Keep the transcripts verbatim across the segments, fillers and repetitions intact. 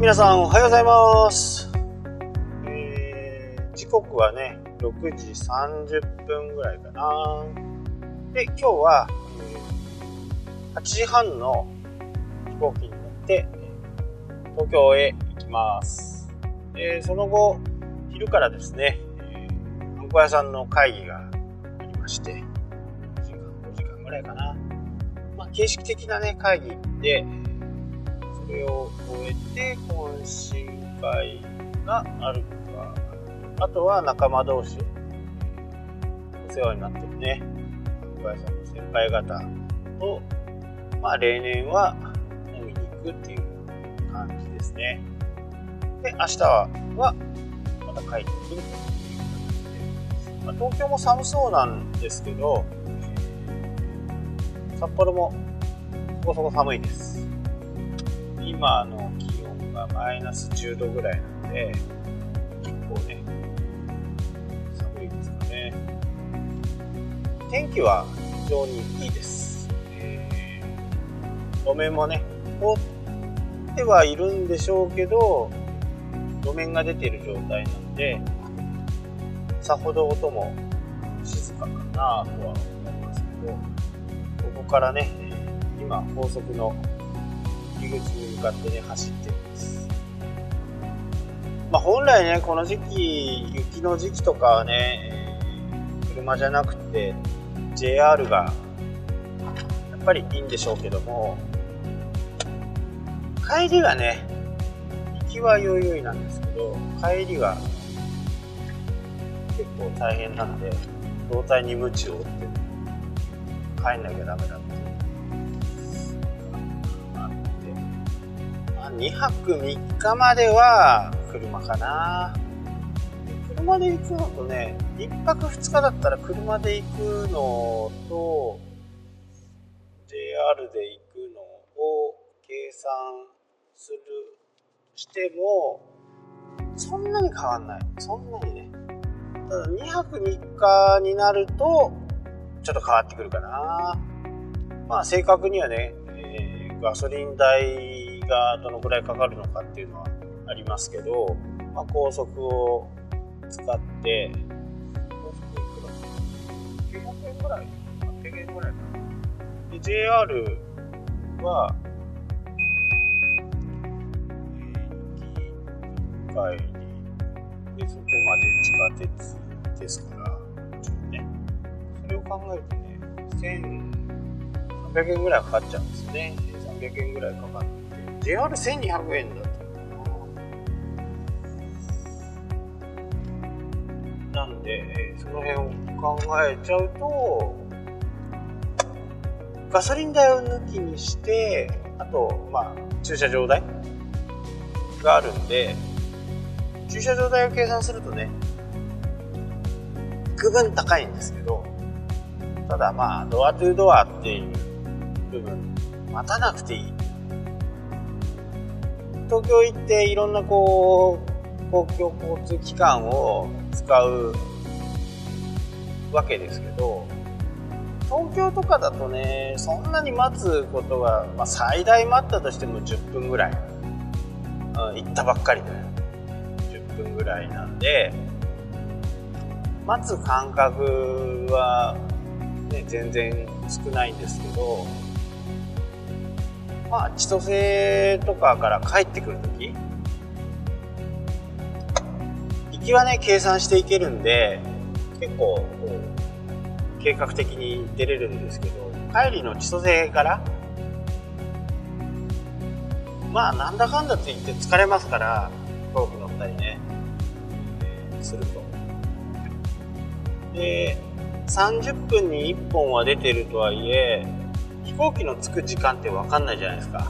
皆さんおはようございます。えー、時刻はねろくじさんじゅっぷんぐらいかな。で、今日は、えー、はちじはんの飛行機に乗って東京へ行きます。えー、その後昼からですね、えー、ハンコ屋さんの会議がありまして、ごじかんごじかんぐらいかな。まあ、形式的なね会議で、それを終えて懇親会があるか、あとは仲間同士お世話になってるねハンコ屋さんの先輩方と、まあ例年は飲みに行くっていう感じですね。で、明日はまた帰ってくるという形で、まあ、東京も寒そうなんですけど、札幌もそこそこ寒いです。今の気温がマイナスじゅうどぐらいなので、結構ね寒いですかね。天気は非常にいいです。えー、路面もね凍ってはいるんでしょうけど、路面が出ている状態なので、さほど音も静かかなとは思いますけど、ここからね今高速の入り口に向かってね走っています。まあ、本来ねこの時期、雪の時期とかはね、えー、車じゃなくて ジェイアール がやっぱりいいんでしょうけども、帰りがね、行きは余裕なんですけど、帰りが結構大変なので、胴体に鞭を打って帰んなきゃダメだって。にはくみっかまでは車かな。車で行くのとね、いっぱくふつかだったら車で行くのと ジェイアール で行くのを計算するしてもそんなに変わんない。そんなにね。ただにはくみっかになるとちょっと変わってくるかな。まあ正確にはね、えー、ガソリン代がどのくらいかかるのかっていうのはありますけど、まあ、高速を使って高速いくらきゅうひゃくえんぐらい、はっぴゃくえんぐらいかな。で ジェイアール は行き帰りでそこまで地下鉄ですから、ちょっとねそれを考えるとねせんさんびゃくえんぐらいかかっちゃうんですよね。せんさんびゃくえんぐらいかかって、ジェイアールせんにひゃくえんだったな。なんでその辺を考えちゃうと、ガソリン代を抜きにして、あとまあ駐車場代があるんで、駐車場代を計算するとね区分高いんですけど、ただまあドアトゥードアっていう部分待たなくていい。東京行っていろんなこう公共交通機関を使うわけですけど、東京とかだとねそんなに待つことが、まあ、最大待ったとしてもじゅっぷんぐらい、うん、行ったばっかりでじゅっぷんぐらいなんで、待つ間隔は、ね、全然少ないんですけど、まあ、千歳とかから帰ってくるとき、行きはね計算していけるんで結構こう計画的に出れるんですけど、帰りの千歳からまあなんだかんだと言って疲れますから、飛行機乗ったりね、えー、すると。でさんじゅっぷんにいっぽんは出てるとはいえ、飛行機の着く時間って分かんないじゃないですか。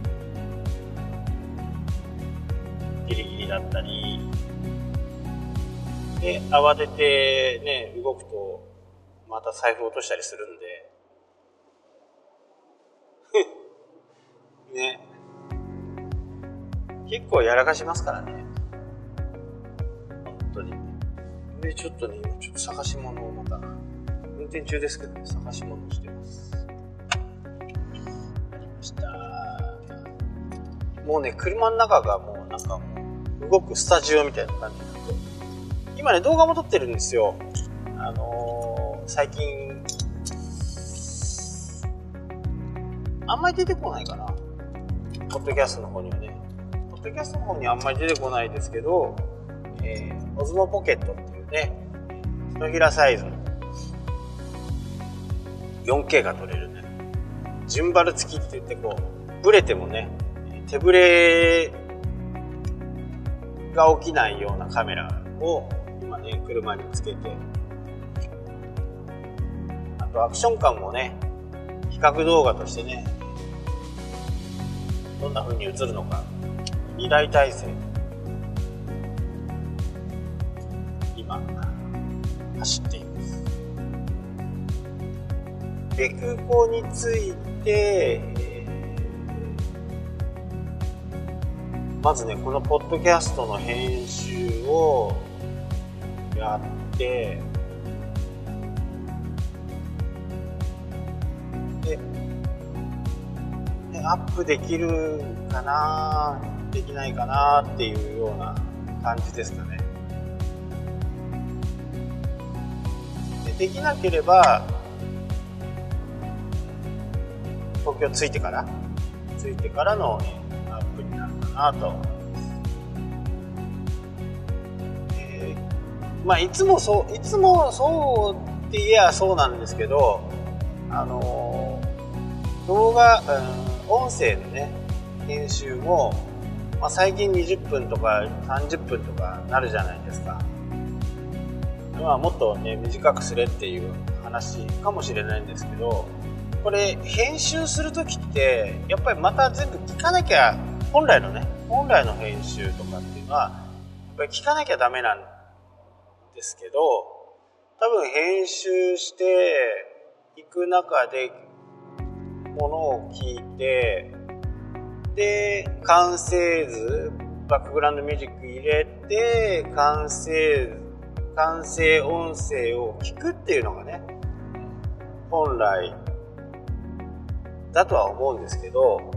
ギリギリだったりで、慌ててね動くとまた財布落としたりするんでね、結構やらかしますからね、本当に。でちょっとね今ちょっと探し物をまた運転中ですけどね、探し物をしてます。ありました。もうね車の中がもうなんかもう動くスタジオみたいな感じになって、今ね動画も撮ってるんですよ。あのー、最近あんまり出てこないかな、ポッドキャストの方にはね。ポッドキャストの方にあんまり出てこないですけど、えー、オズモポケットっていうね、手のひらサイズの よんケー が撮れるね、ジンバル付きって言って、こうブレてもね手ブレが起きないようなカメラを今ね車につけて、あとアクション感もね比較動画としてね、どんな風に映るのかにだい体制今走っています。で、空港について、えー、まずねこのポッドキャストの編集をやってでアップできるかなできないかなっていうような感じですかね。で、できなければ東京着いてから着いてからのアップになるかなと思います。えー、まあいつもそういつもそうって言えばそうなんですけど、あのー、動画、うん、音声のね編集も、まあ、最近にじゅっぷんとかさんじゅっぷんとかなるじゃないですか。まあもっとね短くすれっていう話かもしれないんですけど、これ編集するときってやっぱりまた全部聞かなきゃ、本来のね本来の編集とかっていうのはやっぱり聞かなきゃダメなんですけど、多分編集していく中でものを聞いて、で完成図バックグラウンドミュージック入れて完成完成音声を聞くっていうのがね本来だとは思うんですけど、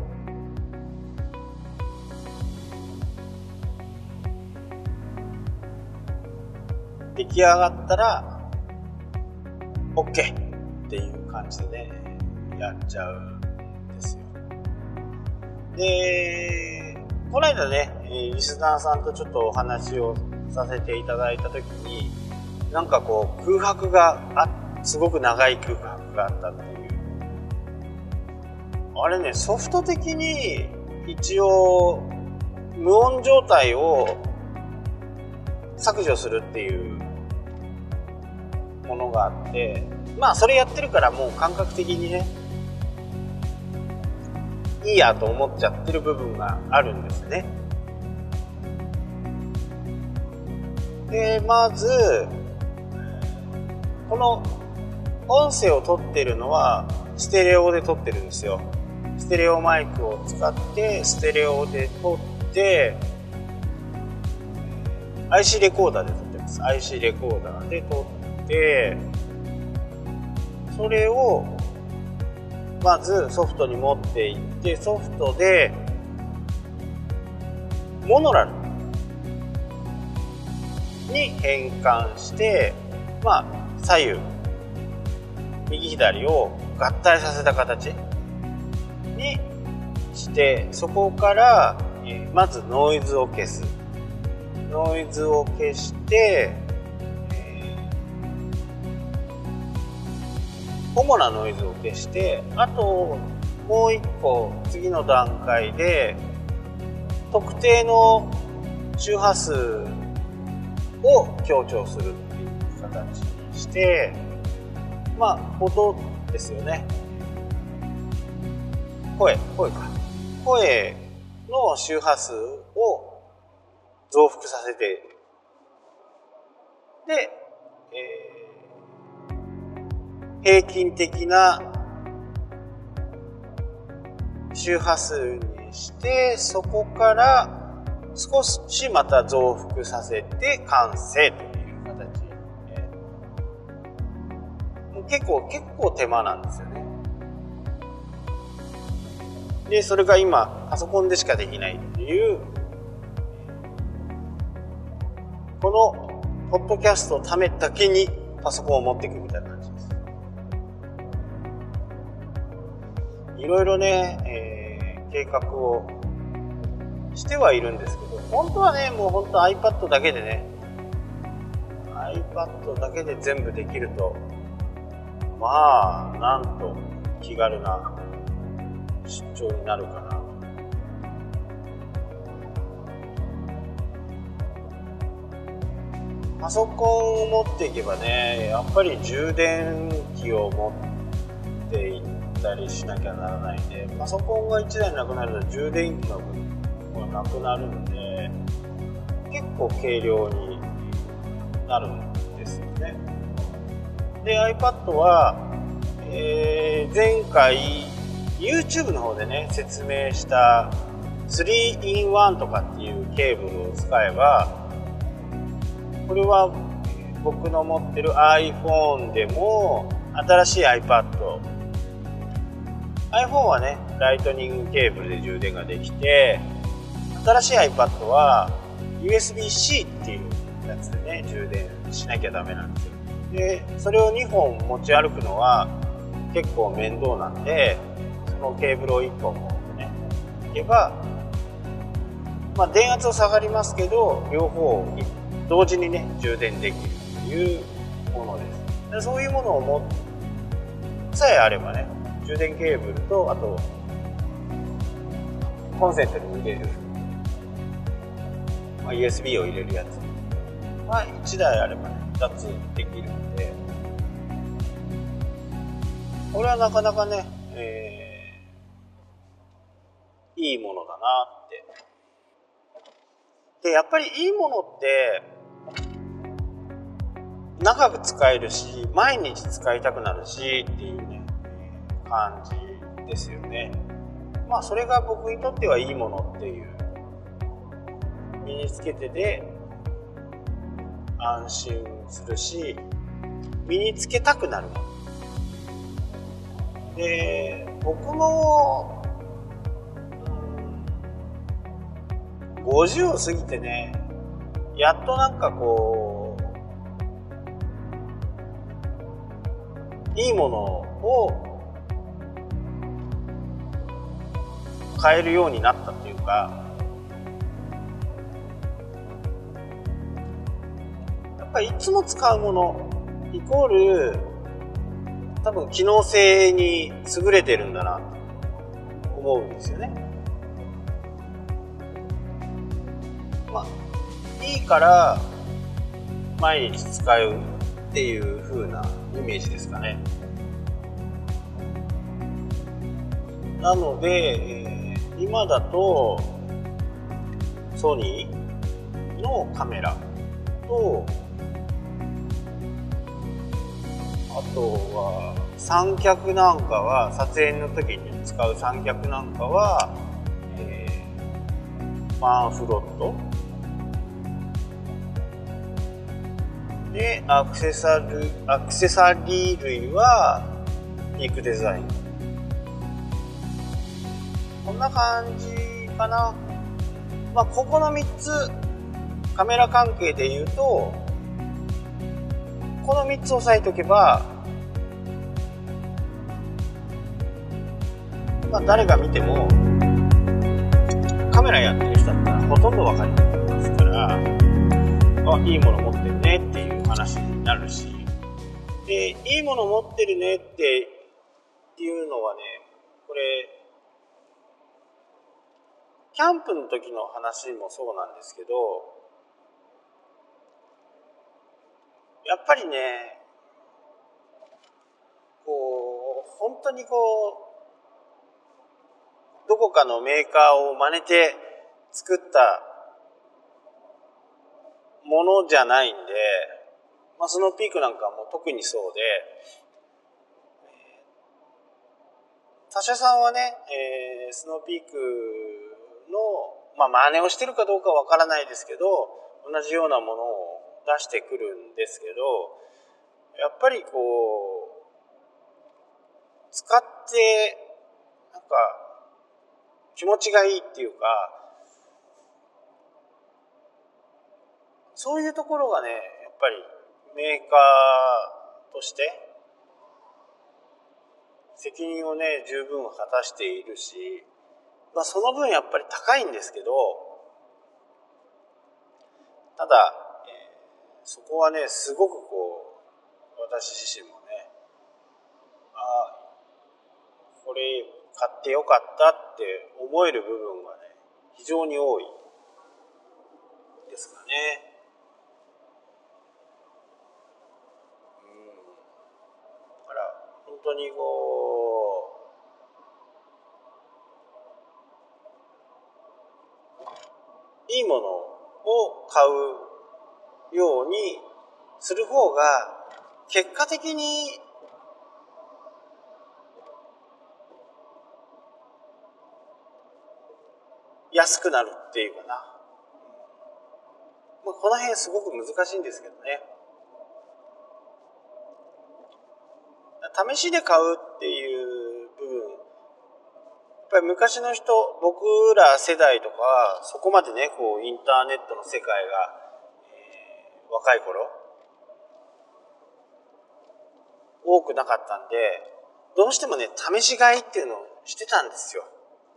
出来上がったら OK っていう感じでねやっちゃうんですよ。で、この間ねリスナーさんとちょっとお話をさせていただいた時に、なんかこう空白があすごく長い空白があったっていう、あれねソフト的に一応無音状態を削除するっていうものがあって、まあそれやってるからもう感覚的にねいいやと思っちゃってる部分があるんですね。でまずこの音声を取ってるのはステレオで撮ってるんですよ。ステレオマイクを使ってステレオで撮って アイシー レコーダーで撮ってます。 アイシー レコーダーで撮って、それをまずソフトに持っていって、ソフトでモノラルに変換して、まあ左右右左を合体させた形にして、そこから、えー、まずノイズを消す。ノイズを消して、えー、主なノイズを消して、あともう一個次の段階で特定の周波数を強調するっていう形にして、まあ音ですよね。声、声か。声の周波数を増幅させて、で、えー、平均的な周波数にして、そこから少しまた増幅させて完成という形。えー、結構、結構手間なんですよね。で、それが今パソコンでしかできないっていうこのポッドキャストのためだけにパソコンを持っていくみたいな感じです。いろいろね、えー、計画をしてはいるんですけど、本当はね、もう本当 iPad だけでね、iPad だけで全部できると、まあ、なんと気軽な出張になるかな。パソコンを持っていけばね、やっぱり充電器を持っていったりしなきゃならないんで、パソコンがいちだいなくなると充電器の分がなくなるんで、結構軽量になるんですよね。で iPad は、えー、前回 YouTube の方でね説明した スリーインワン とかっていうケーブルを使えば、これは僕の持ってる iPhone でも新しい iPad、 iPhone はねライトニングケーブルで充電ができて、新しい iPad は ユーエスビー-C っていうやつでね充電しなきゃダメなんですよ。でそれをにほん持ち歩くのは結構面倒なんで、そのケーブルをいっぽん持ってねいけば、まあ電圧は下がりますけど両方同時にね充電できるというものです。でそういうものを持ってさえあればね、充電ケーブルとあとコンセントに入れる、まあ、ユーエスビー を入れるやつはいちだいあればねふたつできるので、これはなかなかね、えー、いいものだなって。でやっぱりいいものって長く使えるし毎日使いたくなるしっていうね感じですよね。まあそれが僕にとってはいいものっていう、身につけてで安心するし身につけたくなるもので、僕も、うん、ごじゅうを過ぎてねやっとなんかこういいものを買えるようになったっていうか、やっぱりいつも使うものイコール多分機能性に優れてるんだなと思うんですよね。まあいいから毎日使うっていう風なイメージですかね。なので、えー、今だとソニーのカメラと、あとは三脚なんかは撮影の時に使う三脚なんかは、えー、マンフロットで、アクセサリー、アクセサリー類はピークデザイン。こんな感じかな。まあここのみっつカメラ関係で言うと、このみっつ押さえておけば、まあ誰が見てもカメラやってる人だったらほとんどわかりますから、あ、いいもの持ってるねっていう話になるし、で、いいもの持ってるねっていうのはね、これキャンプの時の話もそうなんですけど、やっぱりね、こう本当にこうどこかのメーカーを真似て作ったものじゃないんで、まあ、スノーピークなんかも特にそうで、他社さんはね、えー、スノーピークの、まあ、真似をしてるかどうかわからないですけど、同じようなものを出してくるんですけど、やっぱりこう使ってなんか気持ちがいいっていうか、 そういうところがねやっぱりメーカーとして責任をね十分果たしているし、まあ、その分やっぱり高いんですけど、ただ、えー、そこはねすごくこう私自身もね、あこれ買ってよかったって思える部分がね非常に多いですかね。うん、だから本当にこういいものを買うようにする方が結果的に安くなるっていうかな、まあ、この辺すごく難しいんですけどね。試しで買うっていう部分、やっぱり昔の人、僕ら世代とかはそこまでねこうインターネットの世界が、えー、若い頃多くなかったんで、どうしてもね試し買いっていうのをしてたんですよ。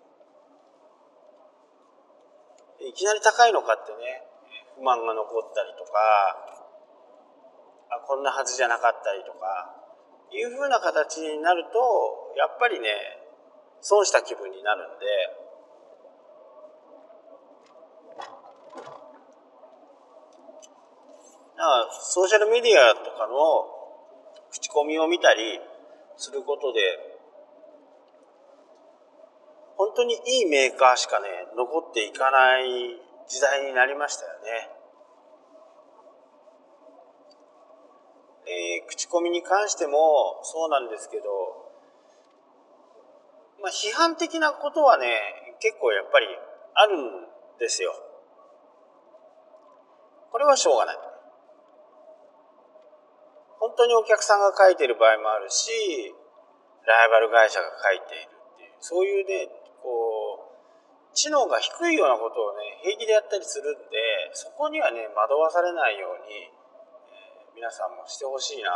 いきなり高いのかってね不満が残ったりとか、あこんなはずじゃなかったりとかいう風な形になるとやっぱりね損した気分になるんで、だからソーシャルメディアとかの口コミを見たりすることで本当にいいメーカーしかね残っていかない時代になりましたよね。えー、口コミに関してもそうなんですけど、まあ、批判的なことはね結構やっぱりあるんですよ。これはしょうがない。本当にお客さんが書いてる場合もあるし、ライバル会社が書いているっていう、そういうねこう知能が低いようなことをね平気でやったりするんで、そこにはね惑わされないように、えー、皆さんもしてほしいな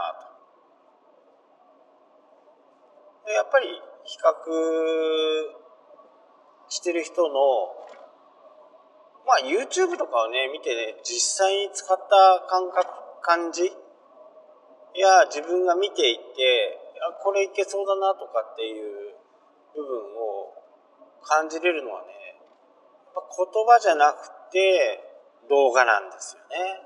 と。やっぱり比較してる人のまあ YouTube とかをね見てね実際に使った感覚感じや自分が見ていて、あこれいけそうだなとかっていう部分を感じれるのはねやっぱ言葉じゃなくて動画なんですよね。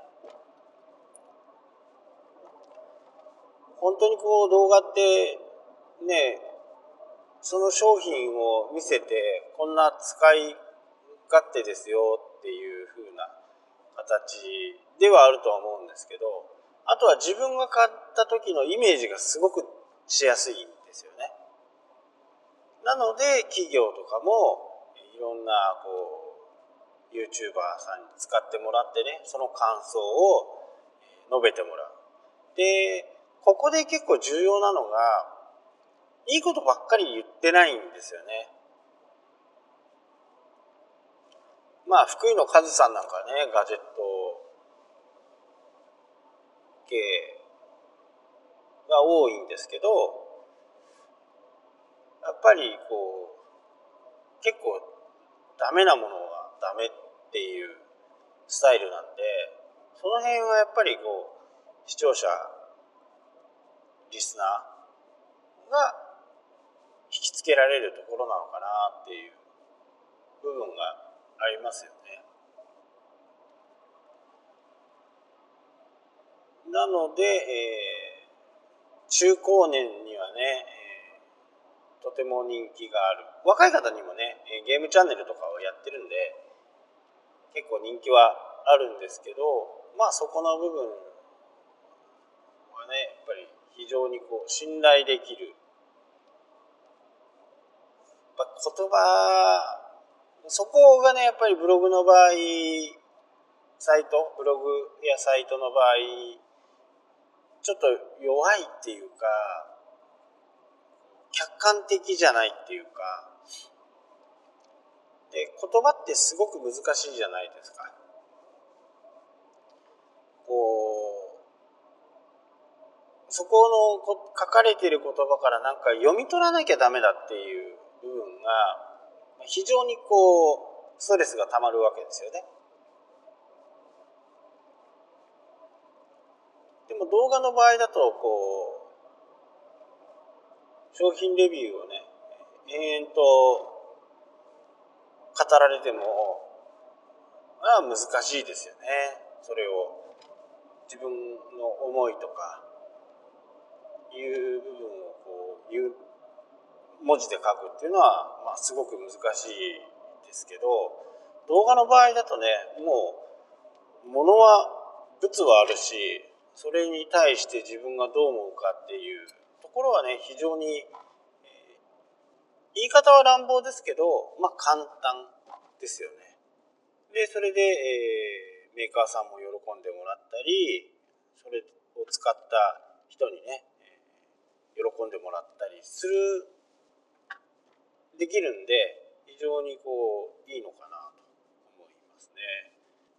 本当にこう動画ってねその商品を見せてこんな使い勝手ですよっていう風な形ではあるとは思うんですけど、あとは自分が買った時のイメージがすごくしやすいんですよね。なので企業とかもいろんなこう YouTuber さんに使ってもらってねその感想を述べてもらう。でここで結構重要なのがいいことばっかり言ってないんですよね。まあ福井のカズさんなんかねガジェット系が多いんですけど、やっぱりこう結構ダメなものはダメっていうスタイルなんで、その辺はやっぱりこう視聴者リスナーが引きつけられるところなのかなっていう部分がありますよね。なので、えー、中高年にはね、えー、とても人気がある。若い方にもねゲームチャンネルとかをやってるんで結構人気はあるんですけど、まあそこの部分はねやっぱり非常にこう信頼できる、やっぱ言葉そこがねやっぱりブログの場合サイトブログやサイトの場合ちょっと弱いっていうか客観的じゃないっていうかで、言葉ってすごく難しいじゃないですか。 そこのこ書かれている言葉からなんか読み取らなきゃダメだっていう部分が非常にこうストレスがたまるわけですよね。でも動画の場合だとこう商品レビューをね延々と語られてもまあ難しいですよね。それを自分の思いとかいう部分をこう言う文字で書くっていうのは、まあ、すごく難しいですけど、動画の場合だとね、もう物は物はあるし、それに対して自分がどう思うかっていうところはね、非常に、えー、言い方は乱暴ですけど、まあ簡単ですよね。で、それで、えー、メーカーさんも喜んでもらったり、それを使った人にね、喜んでもらったりするできるんで、非常にこういいのかなと思いますね。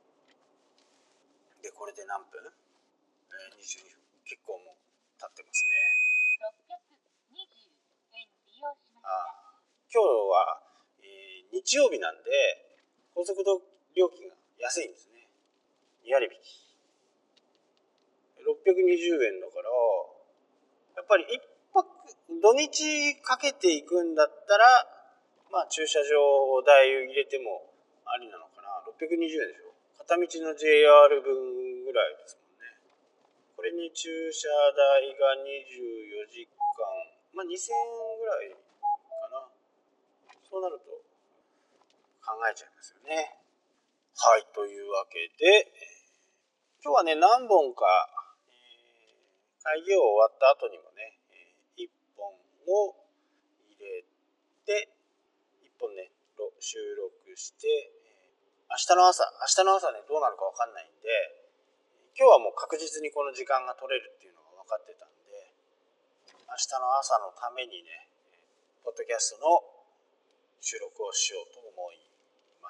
で、これで何分？えー、にじゅうにふん。結構もう経ってますね。ろっぴゃくにじゅうえん利用しました。あ、今日は、えー、日曜日なんで高速道路料金が安いんですね。に割引き。ろっぴゃくにじゅうえんだから、やっぱり一泊土日かけていくんだったら、まあ駐車場代を入れてもありなのかな。ろっぴゃくにじゅうえんでしょ。片道の ジェイアール 分ぐらいですもんね。これに駐車代がにじゅうよじかん、まあにせんえんぐらいかな。そうなると考えちゃいますよね。はい、というわけで、今日はね、何本か、えー、会議を終わった後にもね、いっぽんを入れて、いっぽんね、収録して、明日の朝、明日の朝ね、どうなるか分かんないんで、今日はもう確実にこの時間が取れるっていうのが分かってたんで、明日の朝のためにね、ポッドキャストの収録をしようと思います。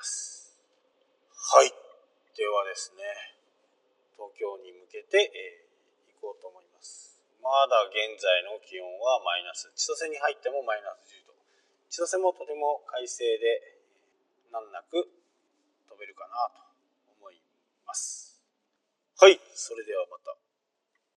はい。ではですね、東京に向けて、えー、行こうと思います。まだ現在の気温はマイナス、千歳に入ってもマイナスじゅうど。千歳もとても快晴で難なく飛べるかなと思います。はい、それではまた。